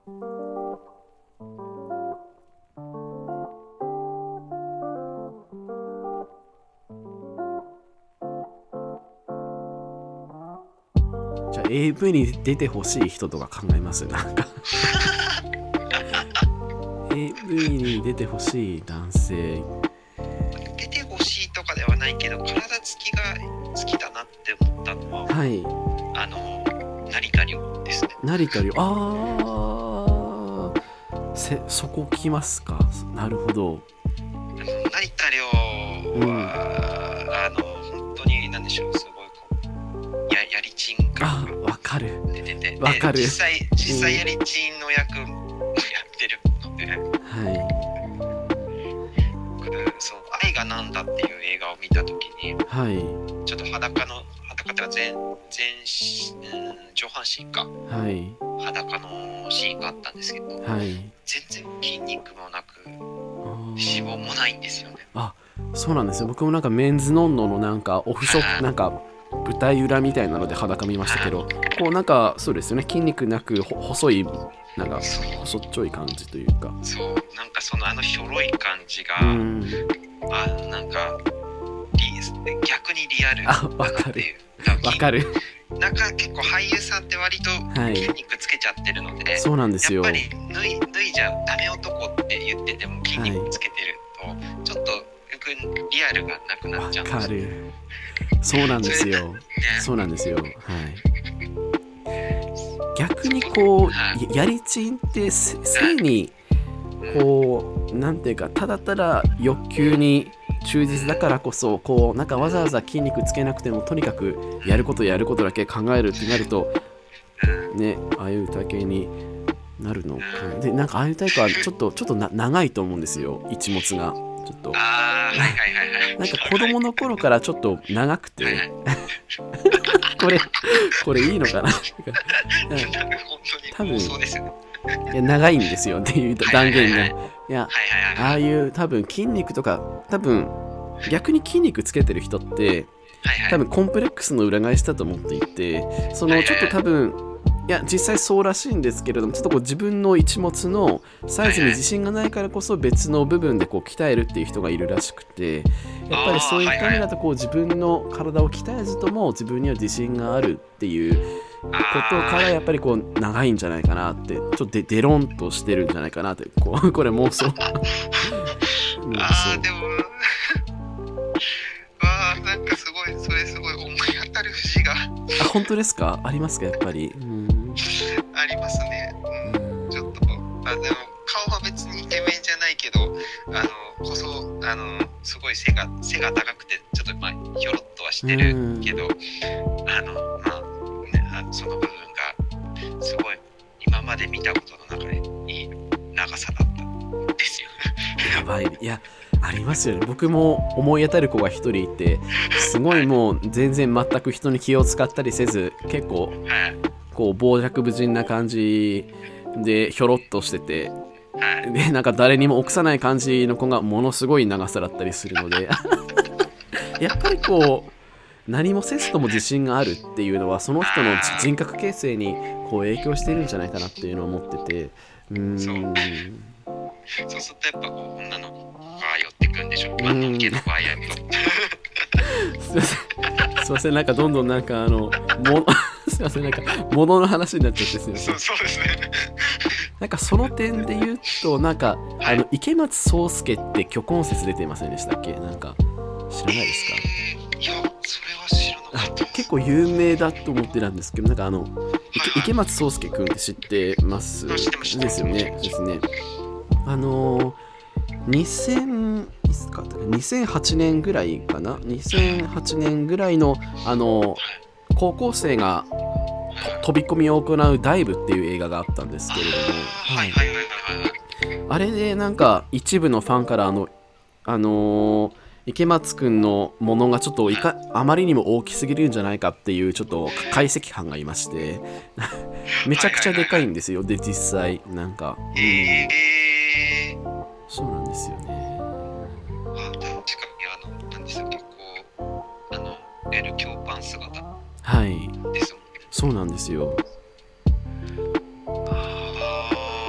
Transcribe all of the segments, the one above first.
じゃあ AV に出てほしい人とか考えますなんかAV に出てほしい男性。 出てほしいとかではないけど、体つきが好きだなって思ったのは、 はい。 成田凌ですね。 成田凌、そこ来ますか。なるほど。 成田凌は、本当に何でしょう、すごいやりちん感がわかる。 出てて、 わかる。 実際やりちんの役をやってるので、 はい。 そう、愛がなんだっていう映画を見たときに、 はい。 ちょっと裸っていうか上半身か、 はい。 裸のシーンがあったんですけど、 はい。 全然筋肉もなく脂肪もないんですよね。 そうなんですよ。僕もなんかメンズノンノのなんかオフショップ、なんか舞台裏みたいなので裸見ましたけど、こうなんかそうですよね、筋肉なく細い、なんか細っちょい感じというか、 そう、なんかひょろい感じが、なんか逆にリアルだなっていう。 わかる。 なんか結構俳優さんって割と筋肉つけちゃってるので、 そうなんですよ。 やっぱり脱いじゃダメ男って言ってても筋肉つけてると、ちょっとリアルがなくなっちゃうんですよ。 わかる。そうなんですよ。そうなんですよ。はい。逆にこう、やりちんって性にこうなんていうか、ただただ欲求に忠実だからこそ、こうなんかわざわざ筋肉つけなくてもとにかくやることだけ考えるってなるとね、ああいう体型になるのか。でなんかああいうタイプはちょっと長いと思うんですよ、一物がちょっと。なんか子供の頃からちょっと長くてこれいいのかな多分いや長いんですよっていう断言が。いや、ああいう多分筋肉とか、多分逆に筋肉つけてる人って多分コンプレックスの裏返しだと思っていて、そのちょっと多分いや実際そうらしいんですけれども、ちょっとこう自分の一物のサイズに自信がないからこそ別の部分でこう鍛えるっていう人がいるらしくて、やっぱりそういった意味だとこう自分の体を鍛えずとも自分には自信があるっていうことからやっぱりこう長いんじゃないかなって、ちょっとデロンとしてるんじゃないかなって、これ妄想。 でもなんかすごい、それすごい思い当たる節が本当ですか。ありますか、やっぱり。 ありますね。ちょっとでも顔は別にイケメンじゃないけど、すごい背が高くてちょっとひょろっとはしてるけど、その部分がすごい今まで見たことの中でいい長さだったんですよ。 やばい。いやありますよね。僕も思い当たる子が一人いて、すごいもう全然全く人に気を使ったりせず、結構こう傍若無人な感じでひょろっとしてて、でなんか誰にも臆さない感じの子がものすごい長さだったりするのでやっぱりこう何もせずとも自信があるっていうのはその人の人格形成にこう影響しているんじゃないかなっていうのを思ってて、 そうするとやっぱこう女の子が寄ってくんでしょう。系の場合やるとすいません、なんかどんどんなんかすいません、なんか物の話になっちゃってすいません。 そうですね。 なんかその点で言うと、なんか池松壮亮って虚婚説出てませんでしたっけ。なんか知らないですか。 いや、それは知らなかった。 結構有名だと思ってたんですけど、なんか池松壮亮君って知ってますですよね。ですね。2008年ぐらいかな、2008年ぐらいの高校生が飛び込みを行うダイブっていう映画があったんですけれども、あれでなんか一部のファンから池松くんのものがちょっとあまりにも大きすぎるんじゃないかっていうちょっと解析班がいましてめちゃくちゃでかいんですよ。で実際なんか、そうなんですよね。 確かに何でしたっけ、こうL 強パン姿ですもんね。 はい、そうなんですよ。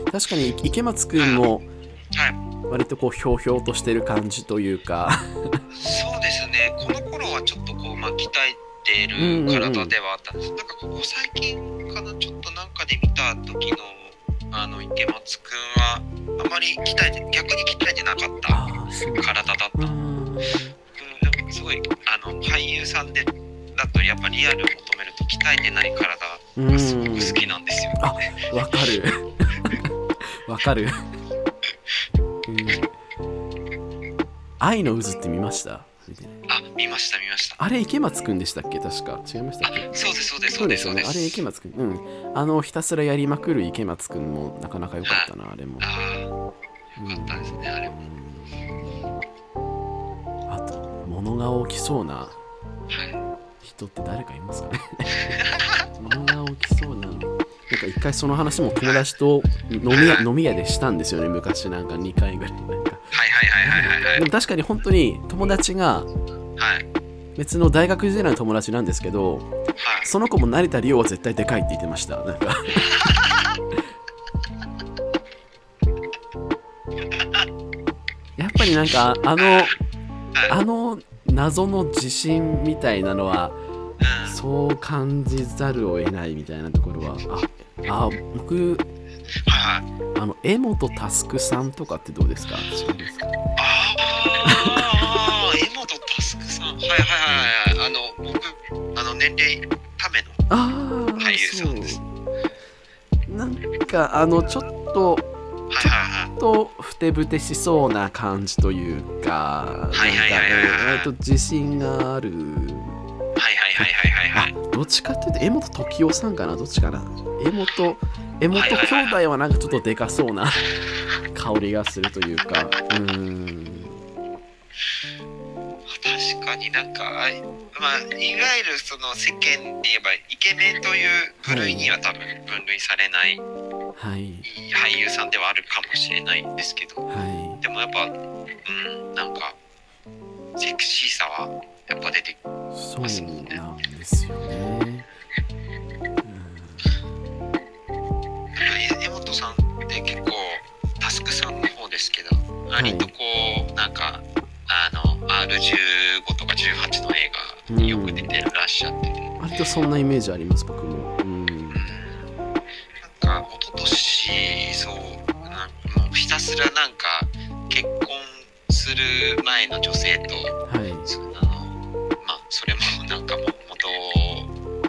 確かに池松くんもはい。 割とこうひょうひょうとしてる感じというかそうですね。この頃はちょっとこう、まあ、鍛えてる体ではあったんです。なんかここ最近かな、ちょっとなんかで見た時の池松くんはあまり逆に鍛えてなかった体だった。すごい俳優さんだとやっぱリアル求めると鍛えてない体がすごく好きなんですよ、ね。 あ、わかる。わかる。愛の渦って見ました？ あ、見ました見ました。 あれ池松くんでしたっけ？確か違いましたっけ？ そうですそうですそうですよね。あれ池松くん。ひたすらやりまくる池松くんもなかなか良かったな、あれも。 ああ、よかったですね、あれも。 あと物が大きそうな人って誰かいますかね？物が大きそうなの。なんか一回その話も友達と飲み屋でしたんですよね、昔なんか2回ぐらい。なんかでも確かに本当に友達が別の大学時代の友達なんですけど、その子も成田凌は絶対でかいって言ってました。なんかやっぱりなんかあの謎の自信みたいなのはそう感じざるを得ないみたいなところは僕江本佑さんとかってどうですか？そうですか？ 江本佑さん、はいはいはい、僕年齢ための俳優さんです。 なんかちょっとふてぶてしそうな感じというか、なんか自信がある。どっちかっていうと江本時生さんかな、どっちかな。江本兄弟はなんかちょっとでかそうな香りがするというか、 確かになんか、まあ、いわゆるその世間で言えばイケメンという部類には多分分類されない俳優さんではあるかもしれないんですけど、でもやっぱ、なんかセクシーさはやっぱ出てますもんね。 そうなんですよね。 江本さんって結構タスクさんの方ですけど、割とこうなんかR15 とか18の映画によく出てらっしゃってて、 割とそんなイメージあります僕も。 なんか一昨年そうもうひたすらなんか結婚する前の女性と、まあそれもなんかもう元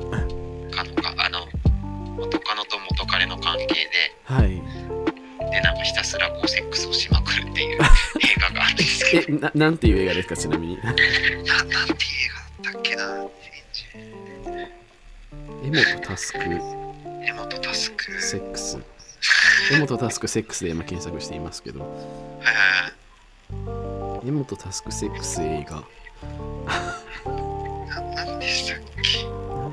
カノと元彼の関係で、でなんかひたすらこうセックスをしまくるっていう映画があるんですけどなんていう映画ですか、ちなみに。 なんていう映画だったっけな。 江本佑セックス。江本佑セックスで今検索していますけど、江本佑セックス映画何でしたっけ。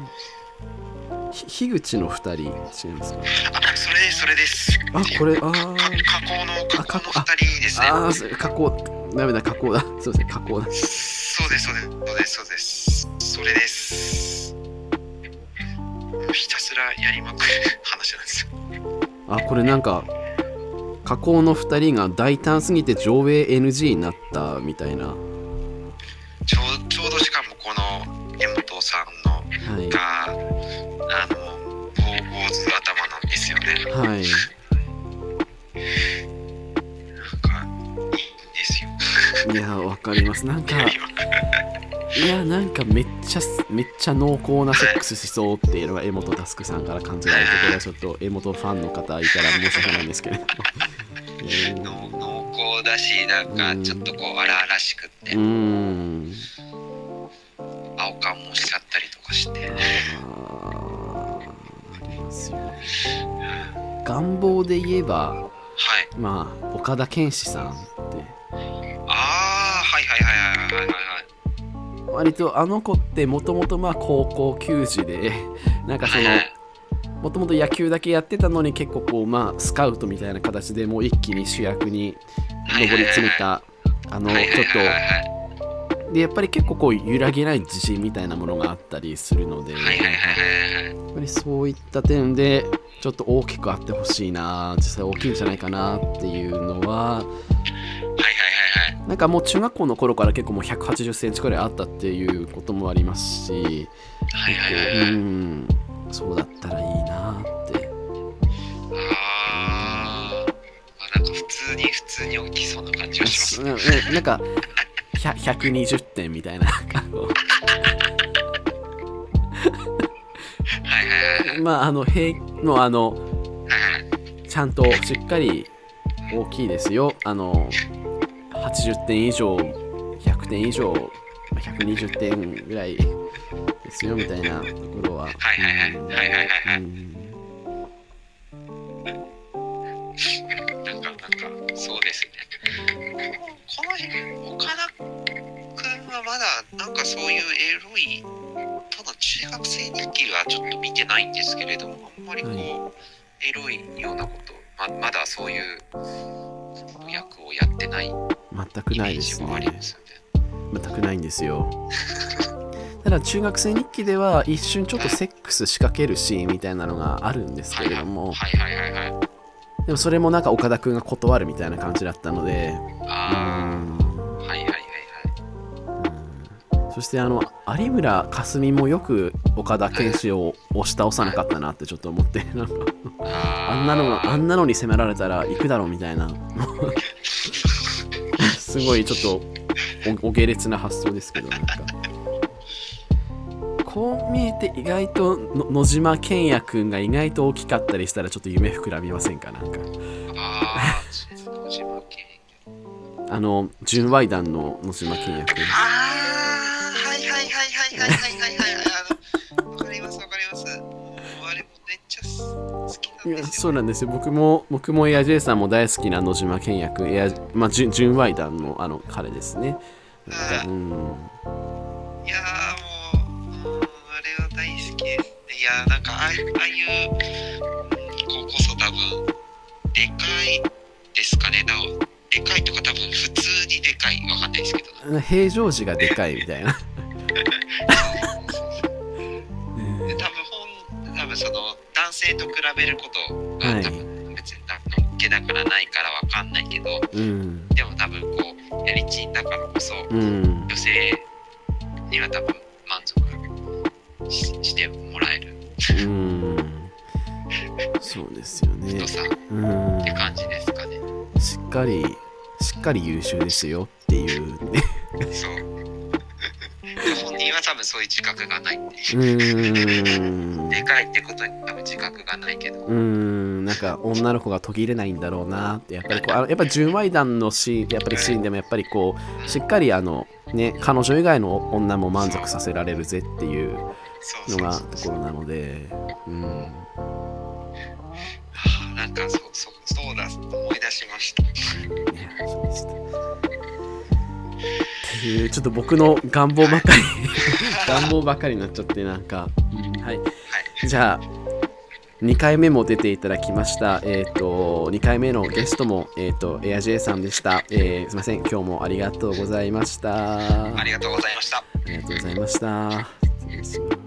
樋口の2人違いますか？ それです。 これ加工の2人ですね。 加工ダメだ、加工だ。そうですね、加工だ。 そうです。それです。ひたすらやりまくる話なんですよ。 これなんか加工の2人が大胆すぎて上映 NG になったみたいな。 ちょうどしかもこの江本さんのが、坊主頭なんですよね。なんかいいんですよ。 いや、わかります。なんかめっちゃ濃厚なセックスしそうっていうのが江本佑さんから感じられるところは、ちょっと江本ファンの方いたら申し訳ないんですけれども濃厚だし、なんかちょっとこう荒々しくって青缶もしちゃったりとかして。 ありますよね。願望で言えば、まあ岡田健史さんって。割とあの子ってもともと高校球児で、なんかそのもともと野球だけやってたのに結構こうスカウトみたいな形でもう一気に主役に上り詰めたちょっとで、やっぱり結構こう揺らぎない自信みたいなものがあったりするので、やっぱりそういった点でちょっと大きくあってほしいな、実際大きいんじゃないかなっていうのは、なんかもう中学校の頃から結構もう180センチくらいあったっていうこともありますし、そうだったらいいなって。 なんか普通に起きそうな感じがします。 なんか120点みたいなまあもうちゃんとしっかり大きいですよ。80点以上、100点以上、120点ぐらいですよみたいなところは。 なんかそうですね。この辺岡田君はまだなんかそういうエロい、ただ中学生日記はちょっと見てないんですけれども、あんまりこう、エロいようなこと、まだそういう役をやってない。 全くないですね。全くないんですよ。ただ中学生日記では一瞬ちょっとセックス仕掛けるシーンみたいなのがあるんですけれども、でもそれもなんか岡田君が断るみたいな感じだったので、そして有村架純もよく岡田健志を押し倒さなかったなってちょっと思って、なんかあんなのに攻められたら行くだろうみたいなすごいちょっとお下劣な発想ですけど、なんかこう見えて意外と野島健也くんが意外と大きかったりしたらちょっと夢膨らみませんか？なんか野島健純愛団の野島健也くん。 わかります。あれもめっちゃ好きなんですよ。 そうなんですよ。僕もエアジェイさんも大好きな野島健也くん、純愛団の彼ですね。 いやーもう、あれは大好きですね。いやなんかああいう子こそ多分でかいですかね。でかいとか多分普通にでかい、わかんないですけど、 平常時がでかいみたいな多分その男性と比べることが多分別にのっけだからないからわかんないけど、でも多分こうやりちんだからこそ、女性には多分満足 してもらえるそうですよね。 太さって感じですかね。 しっかり優秀ですよっていうねそう本人は多分そういう自覚がないっていうでかいってことに多分自覚がないけど、 なんか女の子が途切れないんだろうなって。やっぱりこうやっぱ純愛団のシーンでもやっぱりこうしっかりね、彼女以外の女も満足させられるぜっていうのがところなので、 なんかそうだと思い出しました。 そうでしたっていう、ちょっと僕の願望ばかりになっちゃって、なんか、じゃあ2回目も出ていただきました。2回目のゲストもエア J さんでした。すいません、今日もありがとうございました。 ありがとうございました。 ありがとうございました。失礼します。